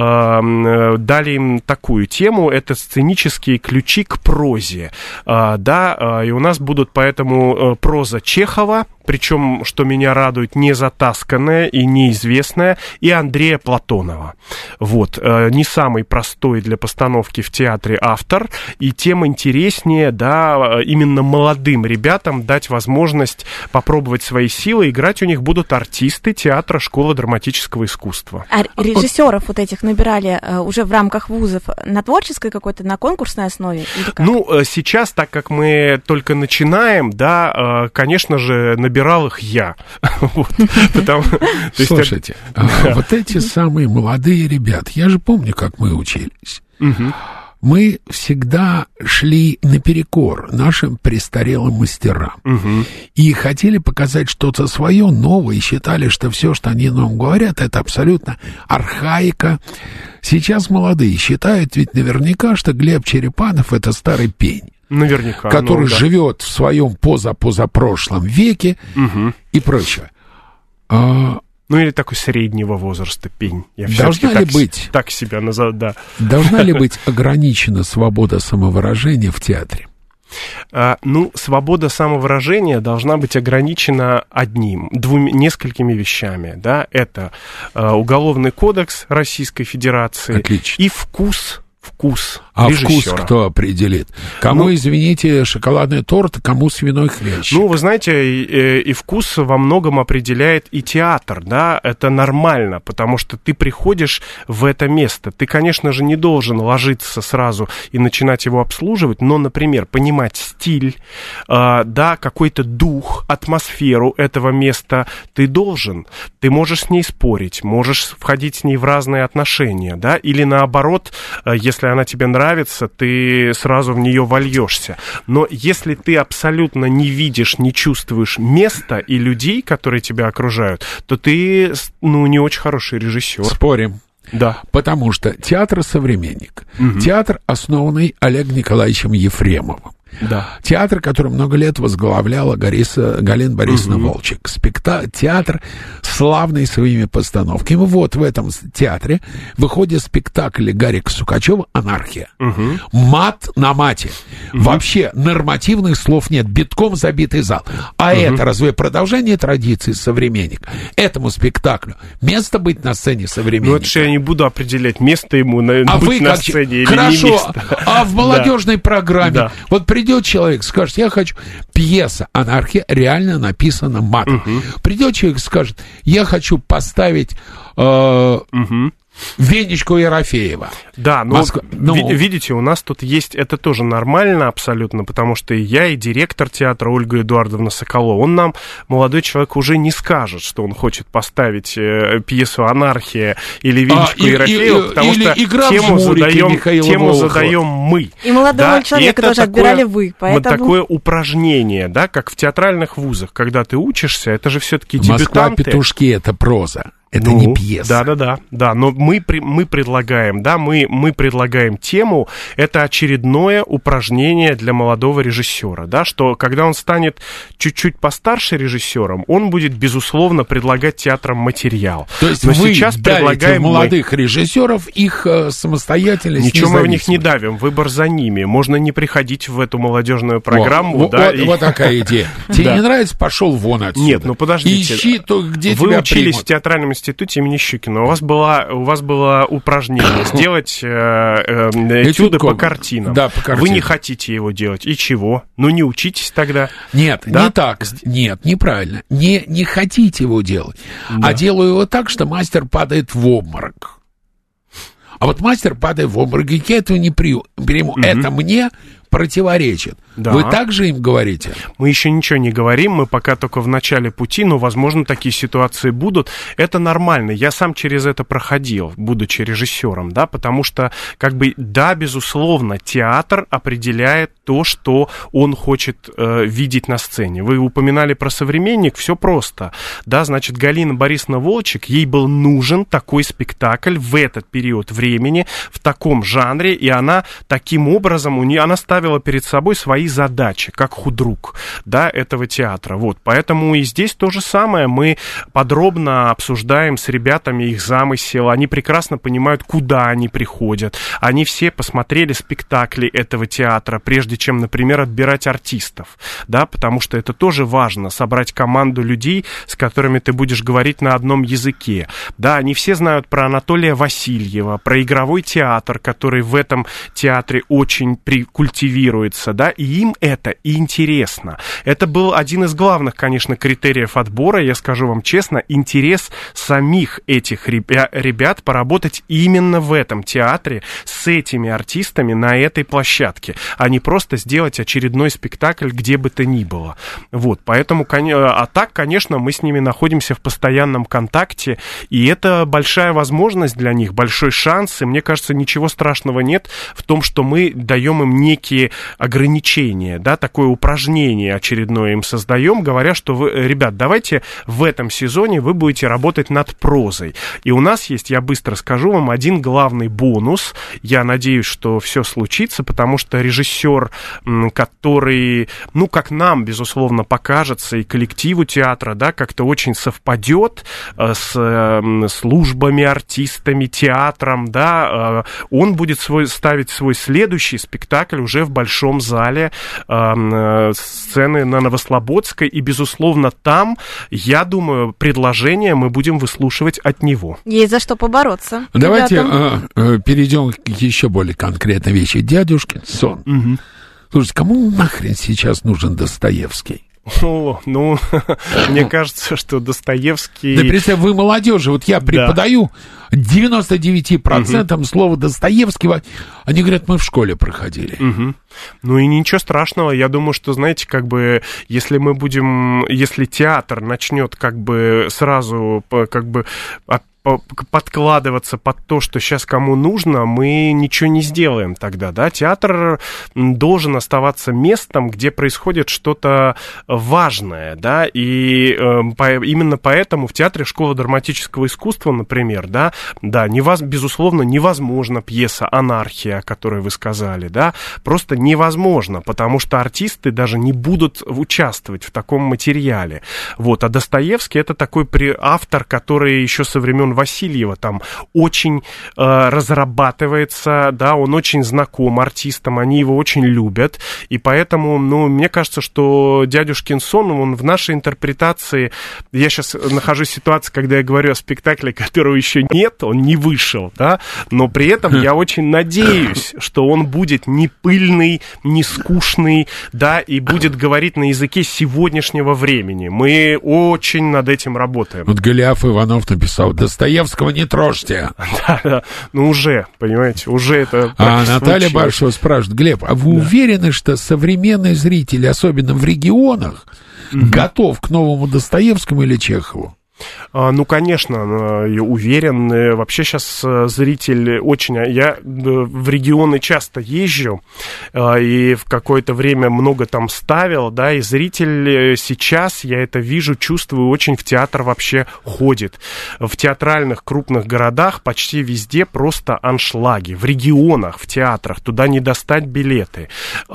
дали им такую тему, это сценические ключи к прозе, э, да, э, и у нас будут поэтому э, проза Чехова, причем, что меня радует, не затасканная и неизвестная, и Андрея Платонова. Вот, э, не самый простой для постановки в театре автор, и тем интереснее, да, именно молодым ребятам дать возможность попробовать свои силы, играть у них будут артисты театра школы драматического искусства. А режиссеров вот этих набирали э, уже в рамках вузов на творческой какой-то, на конкурсной основе? Или как? Ну, сейчас, так как мы только начинаем, да, э, конечно же, набирал их я. Слушайте, вот эти самые молодые ребята, я же помню, как мы учились. Мы всегда шли наперекор нашим престарелым мастерам. Угу. И хотели показать что-то свое, новое, и считали, что все, что они нам говорят, это абсолютно архаика. Сейчас молодые считают ведь наверняка, что Глеб Черепанов — это старый пень. Наверняка. Который ну, да. живет в своем позапозапрошлом веке угу. и прочее. А, Ну, или такой среднего возраста пень. Я должна ли так, быть, так себя назову, да. Должна ли быть ограничена свобода самовыражения в театре? А, ну, свобода самовыражения должна быть ограничена одним, двумя, несколькими вещами, да. Это а, Уголовный кодекс Российской Федерации. Отлично. И вкус вкус А режиссера. Вкус кто определит? Кому, ну, извините, шоколадный торт, кому свиной хрящик? Ну, вы знаете, и, и вкус во многом определяет и театр, да, это нормально, потому что ты приходишь в это место. Ты, конечно же, не должен ложиться сразу и начинать его обслуживать, но, например, понимать стиль, э, да, какой-то дух, атмосферу этого места ты должен. Ты можешь с ней спорить, можешь входить с ней в разные отношения, да, или наоборот, э, если она тебе нравится, ты сразу в нее вольешься. Но если ты абсолютно не видишь, не чувствуешь места и людей, которые тебя окружают, то ты, ну, не очень хороший режиссер. Спорим. Да. Потому что театр «Современник», угу. театр, основанный Олегом Николаевичем Ефремовым. Да. Театр, который много лет возглавляла Гориса, Галина Борисовна угу. Волчек. Спектакль, театр, славный своими постановками. Вот в этом театре выходит спектакль Гарика Сукачева «Анархия». Угу. Мат на мате. Угу. Вообще нормативных слов нет. Битком забитый зал. А угу. это разве продолжение традиции «Современник»? Этому спектаклю место быть на сцене «Современника». Ну, это же я не буду определять место ему на, а быть вы на как... сцене или Хорошо. не место. А в молодежной да. программе да. вот придет человек, скажет, я хочу... Пьеса «Анархия» реально написана матом. Угу. Придет человек и скажет, я хочу поставить... Э... Угу. Венечку Ерофеева. Да, но Москва... ну... ви- видите, у нас тут есть, это тоже нормально абсолютно, потому что и я, и директор театра Ольга Эдуардовна Соколова, он нам, молодой человек, уже не скажет, что он хочет поставить э, пьесу «Анархия» или «Венечку а, Ерофеева», и, потому что тему задаем, тему задаем мы. И молодого да? человека и тоже такое, отбирали вы, поэтому... Вот такое упражнение, да, как в театральных вузах, когда ты учишься, это же все-таки дебютанты. «Москва-петушки» — это проза. Это ну, не пьеса. Да, да, да, да. Но мы, мы предлагаем, да, мы, мы предлагаем тему. Это очередное упражнение для молодого режиссера, да, что когда он станет чуть-чуть постарше режиссером, он будет, безусловно, предлагать театрам материал. То есть Но вы сейчас предлагаем молодых мы... режиссеров их э, самостоятельность. Ничего мы в них не давим, выбор за ними. Можно не приходить в эту молодежную программу. Вот, да, вот, и... вот такая идея. Тебе не нравится, пошел вон отсюда. Нет, ну подождите. Ищи то, где вы тебя учились примут. В театральном институте имени Щукина. У вас было, у вас было упражнение сделать э, э, этюды по картинам. Да, по картинам. Вы не хотите его делать. И чего? Ну, не учитесь тогда. Нет, да? не так. Нет, неправильно. Не, не хотите его делать. Да. А делаю его так, что мастер падает в обморок. А вот мастер падает в обморок, и я этого не приму. Угу. Это мне противоречит. Да. Вы также им говорите? Мы еще ничего не говорим, мы пока только в начале пути, но, возможно, такие ситуации будут. Это нормально. Я сам через это проходил, будучи режиссером, да, потому что, как бы, да, безусловно, театр определяет то, что он хочет э, видеть на сцене. Вы упоминали про «Современник», все просто, да, значит, Галина Борисовна Волчек, ей был нужен такой спектакль в этот период времени, в таком жанре, и она таким образом, у нее, она ставила перед собой свои задачи, как худрук, да, этого театра. Вот, поэтому и здесь то же самое. Мы подробно обсуждаем с ребятами их замысел. Они прекрасно понимают, куда они приходят. Они все посмотрели спектакли этого театра, прежде чем, например, отбирать артистов, да, потому что это тоже важно, собрать команду людей, с которыми ты будешь говорить на одном языке. Да, они все знают про Анатолия Васильева, про игровой театр, который в этом театре очень культивируется, да, и им это и интересно. Это был один из главных, конечно, критериев отбора, я скажу вам честно, интерес самих этих ребят поработать именно в этом театре с этими артистами на этой площадке, а не просто сделать очередной спектакль где бы то ни было. Вот, поэтому, а так, конечно, мы с ними находимся в постоянном контакте, и это большая возможность для них, большой шанс, и мне кажется, ничего страшного нет в том, что мы даем им некие ограничения, да, такое упражнение очередное им создаем, говоря, что вы, ребят, давайте в этом сезоне вы будете работать над прозой. И у нас есть, я быстро скажу вам, один главный бонус. Я надеюсь, что все случится, потому что режиссер, который, ну, как нам, безусловно, покажется, и коллективу театра, да, как-то очень совпадет с службами, артистами, театром, да, он будет свой, ставить свой следующий спектакль уже в большом зале, э, сцены на Новослободской, и, безусловно, там, я думаю, предложения мы будем выслушивать от него. Есть за что побороться. Давайте э, э, перейдем к еще более конкретной вещи. Дядюшкин сон. Угу. Слушайте, кому нахрен сейчас нужен Достоевский? О, ну, мне кажется, что Достоевский... Да, представь, вы молодежи, вот я преподаю, да. девяносто девять процентов угу. слова Достоевского, они говорят, мы в школе проходили. Угу. Ну и ничего страшного, я думаю, что, знаете, как бы, если мы будем, если театр начнет как бы сразу, как бы... подкладываться под то, что сейчас кому нужно, мы ничего не сделаем тогда, да, театр должен оставаться местом, где происходит что-то важное, да, и э, по, именно поэтому в театре школы драматического искусства, например, да, да, невоз, безусловно, невозможно пьеса «Анархия», о которой вы сказали, да, просто невозможно, потому что артисты даже не будут участвовать в таком материале, вот, а Достоевский это такой при, автор, который еще со времен Васильева там очень э, разрабатывается, да, он очень знаком артистам, они его очень любят, и поэтому, ну, мне кажется, что «Дядюшкин сон», он в нашей интерпретации, я сейчас нахожусь в ситуации, когда я говорю о спектакле, которого еще нет, он не вышел, да, но при этом я очень надеюсь, что он будет не пыльный, не скучный, да, и будет говорить на языке сегодняшнего времени. Мы очень над этим работаем. Вот Голиаф Иванов написал: Достоевский Достоевского не трожьте. Да, да, ну уже, понимаете, уже это... А Наталья Баршева спрашивает: Глеб, а вы да. уверены, что современный зритель, особенно в регионах, угу. готов к новому Достоевскому или Чехову? Ну, конечно, уверен. Вообще сейчас зритель очень... Я в регионы часто езжу, и в какое-то время много там ставил, да, и зритель сейчас, я это вижу, чувствую, очень в театр вообще ходит. В театральных крупных городах почти везде просто аншлаги. В регионах, в театрах, туда не достать билеты.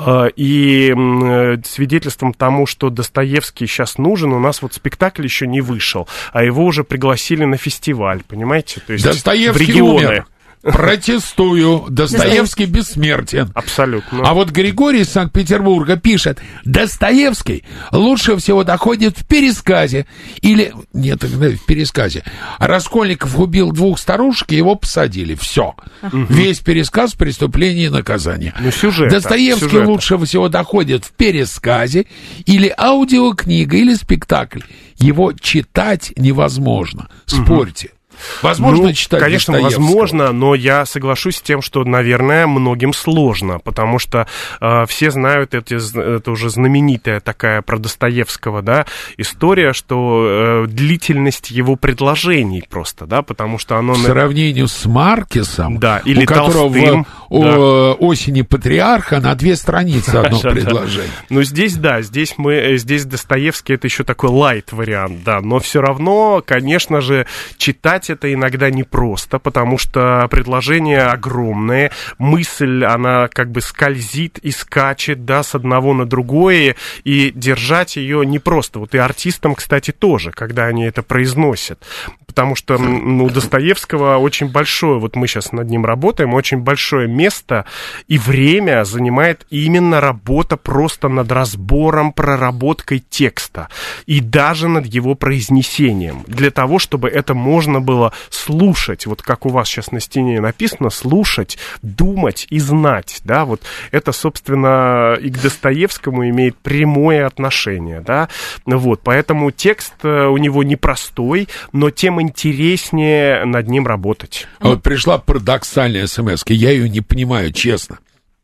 И свидетельством тому, что Достоевский сейчас нужен, у нас вот спектакль еще не вышел, а его уже пригласили на фестиваль, понимаете? То есть Достоевский в регионы. Умер. Протестую. Достоевский бессмертен. Абсолютно. А вот Григорий из Санкт-Петербурга пишет: Достоевский лучше всего доходит в пересказе. Или, нет, в пересказе. Раскольников убил двух старушек, и его посадили. Все. Угу. Весь пересказ «Преступление и наказание». Ну, сюжета, Достоевский сюжета. лучше всего доходит в пересказе, или аудиокнига, или спектакль. Его читать невозможно. Спорьте. Угу. Возможно ну, читать конечно, возможно, но я соглашусь с тем, что, наверное, многим сложно, потому что э, все знают, эти, это уже знаменитая такая про Достоевского, да, история, что э, длительность его предложений просто, да, потому что оно... В сравнении с Маркесом, да, или у которого Толстым, в да. о, «Осени патриарха» на две страницы одно предложение. Ну, здесь, да, здесь мы, здесь Достоевский, это еще такой лайт-вариант, да, но все равно, конечно же, читать это иногда непросто, потому что предложения огромные, мысль, она как бы скользит и скачет, да, с одного на другое, и держать ее непросто. Вот и артистам, кстати, тоже, когда они это произносят. Потому что ну, у Достоевского очень большое, вот мы сейчас над ним работаем, очень большое место и время занимает именно работа просто над разбором, проработкой текста. И даже над его произнесением. Для того, чтобы это можно было слушать, вот как у вас сейчас на стене написано, слушать, думать и знать. Да? Вот это, собственно, и к Достоевскому имеет прямое отношение. Да? Вот, поэтому текст у него непростой, но тем интереснее над ним работать. А вот пришла парадоксальная смс-ка, я ее не понимаю, честно.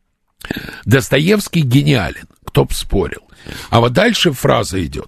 Достоевский гениален, кто б спорил. А вот дальше фраза идет: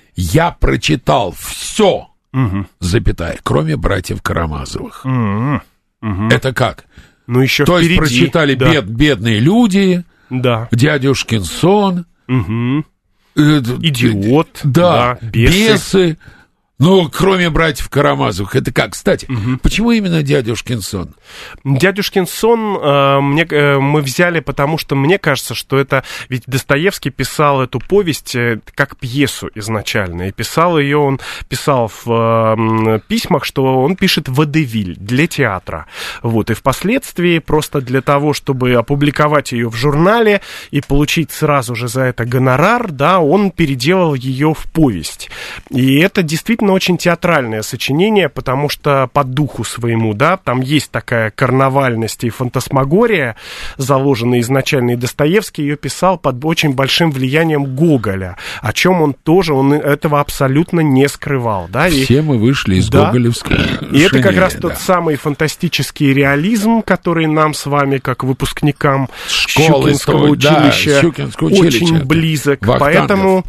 я прочитал все, угу. запятая, кроме братьев Карамазовых. Угу. Угу. Это как? Ну, еще То впереди. есть прочитали да. бед, бедные люди, да. дядюшкин сон, угу. э, идиот, да, да, бесы. бесы. Ну, кроме братьев Карамазовых, это как? Кстати, угу. почему именно «Дядюшкин сон»? «Дядюшкин сон» э, мне, э, мы взяли, потому что мне кажется, что это... Ведь Достоевский писал эту повесть э, как пьесу изначально. И писал ее, он писал в э, письмах, что он пишет водевиль для театра. Вот. И впоследствии просто для того, чтобы опубликовать ее в журнале и получить сразу же за это гонорар, да, он переделал ее в повесть. И это действительно очень театральное сочинение, потому что по духу своему, да, там есть такая карнавальность и фантасмагория, заложенная изначально, и Достоевский ее писал под очень большим влиянием Гоголя, о чем он тоже, он этого абсолютно не скрывал, да. И, все мы вышли из да, гоголевского и это как раз да. тот самый фантастический реализм, который нам с вами, как выпускникам Школы Щукинского стой, училища, да, Щукинского училища, очень близок, Вахтангов. Поэтому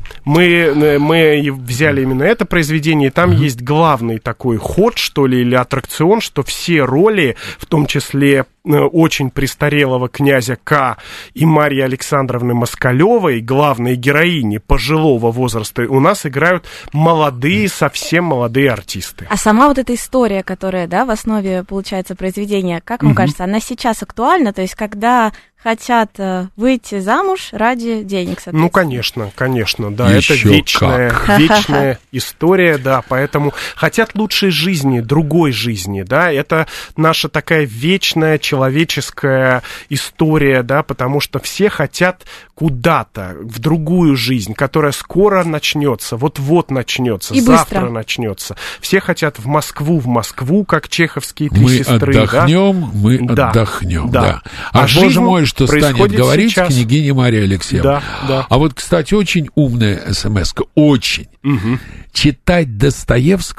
мы, мы взяли именно это произведение. И там uh-huh. есть главный такой ход, что ли, или аттракцион, что все роли, в том числе очень престарелого князя К. и Марьи Александровны Москалевой, главные героини пожилого возраста, у нас играют молодые, совсем молодые артисты. А сама вот эта история, которая, да, в основе, получается, произведения, как вам uh-huh. кажется, она сейчас актуальна? То есть, когда хотят э, выйти замуж ради денег, соответственно. Ну, конечно, конечно, да, Еще это вечная, вечная история, да, поэтому хотят лучшей жизни, другой жизни, да, это наша такая вечная человеческая история, да, потому что все хотят куда-то, в другую жизнь, которая скоро начнется, вот-вот начнется, и завтра быстро. начнется. Все хотят в Москву, в Москву, как чеховские три мы сестры. Отдохнем, да? мы да, отдохнем, да. да. А, а боже мой, что станет говорить сейчас. княгиня Мария Алексеевна. Да, да. А вот, кстати, очень умная смс-ка, очень. Угу. Читать Достоевского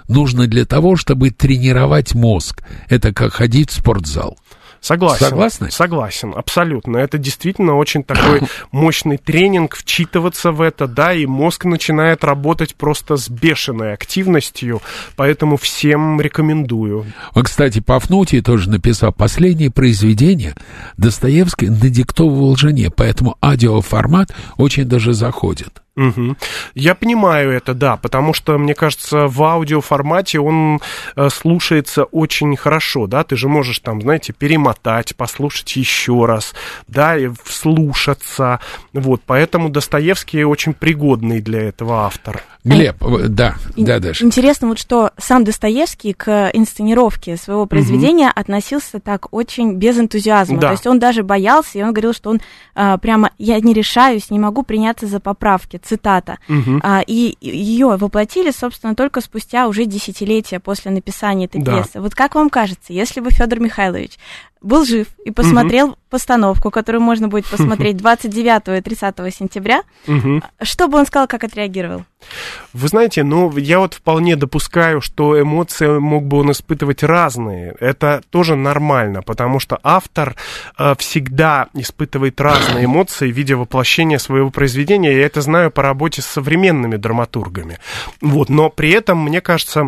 нужно для того, чтобы тренировать мозг. Это как ходить в спортзал. Согласен. Согласны? Согласен, абсолютно. Это действительно очень такой мощный тренинг, вчитываться в это, да, и мозг начинает работать просто с бешеной активностью, поэтому всем рекомендую. Вот, кстати, Пафнутий тоже написал последнее произведение Достоевский надиктовывал жене, поэтому аудиоформат очень даже заходит. Угу. Я понимаю это, да, потому что, мне кажется, в аудиоформате он э, слушается очень хорошо, да, ты же можешь там, знаете, перемотать, послушать еще раз, да, и вслушаться, вот, поэтому Достоевский очень пригодный для этого автор. Глеб, да, да, Даша. Интересно вот, что сам Достоевский к инсценировке своего произведения угу. относился так очень без энтузиазма, да. То есть он даже боялся, и он говорил, что он а, прямо, я не решаюсь, не могу приняться за поправки. Цитата. Угу. А, и ее воплотили, собственно, только спустя уже десятилетия после написания этой да. пьесы. Вот как вам кажется, если бы Федор Михайлович был жив и посмотрел угу. постановку, которую можно будет посмотреть двадцать девятого и тридцатого сентября, угу. что бы он сказал, как отреагировал? Вы знаете, ну, я вот вполне допускаю, что эмоции мог бы он испытывать разные. Это тоже нормально, потому что автор э, всегда испытывает разные эмоции в виде воплощения своего произведения. Я это знаю по работе с современными драматургами. Вот, но при этом, мне кажется...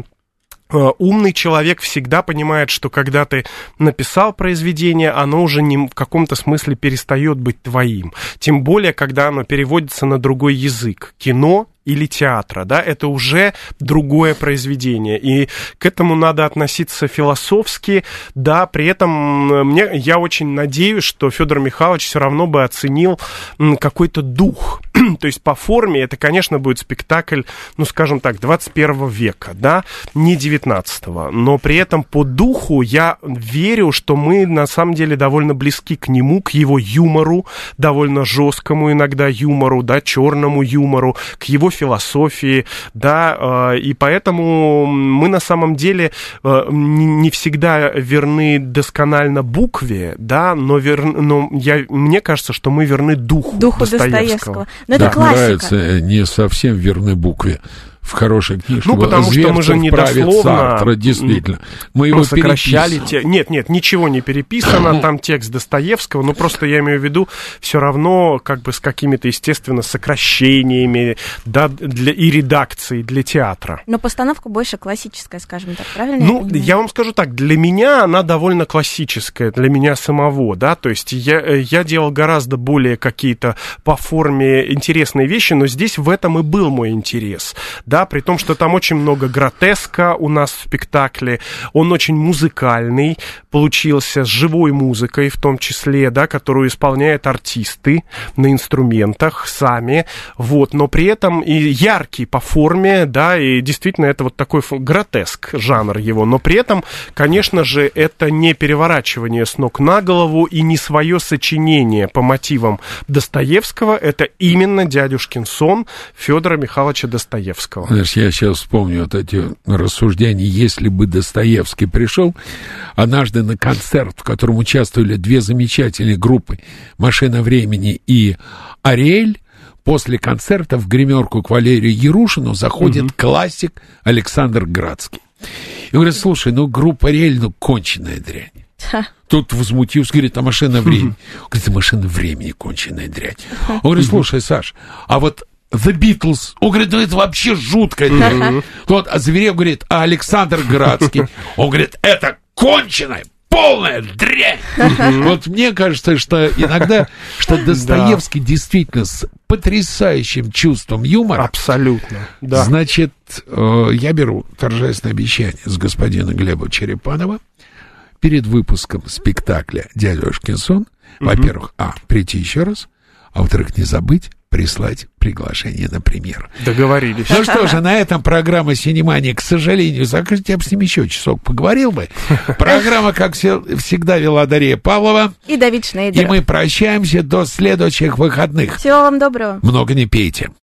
Умный человек всегда понимает, что когда ты написал произведение, оно уже не, в каком-то смысле перестает быть твоим. Тем более, когда оно переводится на другой язык. Кино или театра, да, это уже другое произведение, и к этому надо относиться философски, да, при этом мне, я очень надеюсь, что Федор Михайлович все равно бы оценил какой-то дух, то есть по форме это, конечно, будет спектакль, ну, скажем так, двадцать первого века, да, не девятнадцатого, но при этом по духу я верю, что мы на самом деле довольно близки к нему, к его юмору, довольно жесткому иногда юмору, да, черному юмору, к его философии, да, и поэтому мы на самом деле не всегда верны досконально букве, да, но, вер... но я... мне кажется, что мы верны духу, духу Достоевского. Достоевского. Но да, это классика. Нравится, не совсем верны букве. В хорошей книжке. Ну, потому что мы же не дословно Сартра, действительно. Мы его сокращали. Те... Нет, нет, ничего не переписано, там текст Достоевского, но просто я имею в виду все равно как бы с какими-то, естественно, сокращениями, да, для... и редакцией для театра. Но постановка больше классическая, скажем так, правильно? Ну, я, я вам скажу так, для меня она довольно классическая, для меня самого, да, то есть я, я делал гораздо более какие-то по форме интересные вещи, но здесь в этом и был мой интерес, да, при том, что там очень много гротеска у нас в спектакле, он очень музыкальный получился, с живой музыкой в том числе, да, которую исполняют артисты на инструментах сами, вот, но при этом и яркий по форме, да, и действительно это вот такой гротеск, жанр его, но при этом, конечно же, это не переворачивание с ног на голову и не свое сочинение по мотивам Достоевского, это именно «Дядюшкин сон» Федора Михайловича Достоевского. Знаешь, я сейчас вспомню вот эти рассуждения. Если бы Достоевский пришел однажды на концерт, в котором участвовали две замечательные группы «Машина времени» и «Ариэль», после концерта в гримерку к Валерию Ярушину заходит угу. классик Александр Градский. И говорит, слушай, ну группа «Ариэль», ну конченая дрянь. Тут возмутился, говорит, а «Машина времени». Он говорит, «Машина времени» конченая дрянь. Он говорит, слушай, Саш, а вот The Beatles, он говорит, ну это вообще жуткая дрянь. Тот озверев говорит, а Александр Градский, он говорит, это конченая, полная дрянь. Вот мне кажется, что иногда, что Достоевский действительно с потрясающим чувством юмора. Абсолютно, да. Значит, я беру торжественное обещание с господина Глеба Черепанова перед выпуском спектакля «Дядюшкин сон». Во-первых, а, прийти еще раз, а во-вторых, не забыть прислать приглашение на премьеру. Договорились. Ну что же, на этом программа «Синемания», к сожалению, закрыть. Я бы с ним еще часок поговорил бы. Программа, как всегда, вела Дарья Павлова. И Давид Шнейдер. И мы прощаемся до следующих выходных. Всего вам доброго. Много не пейте.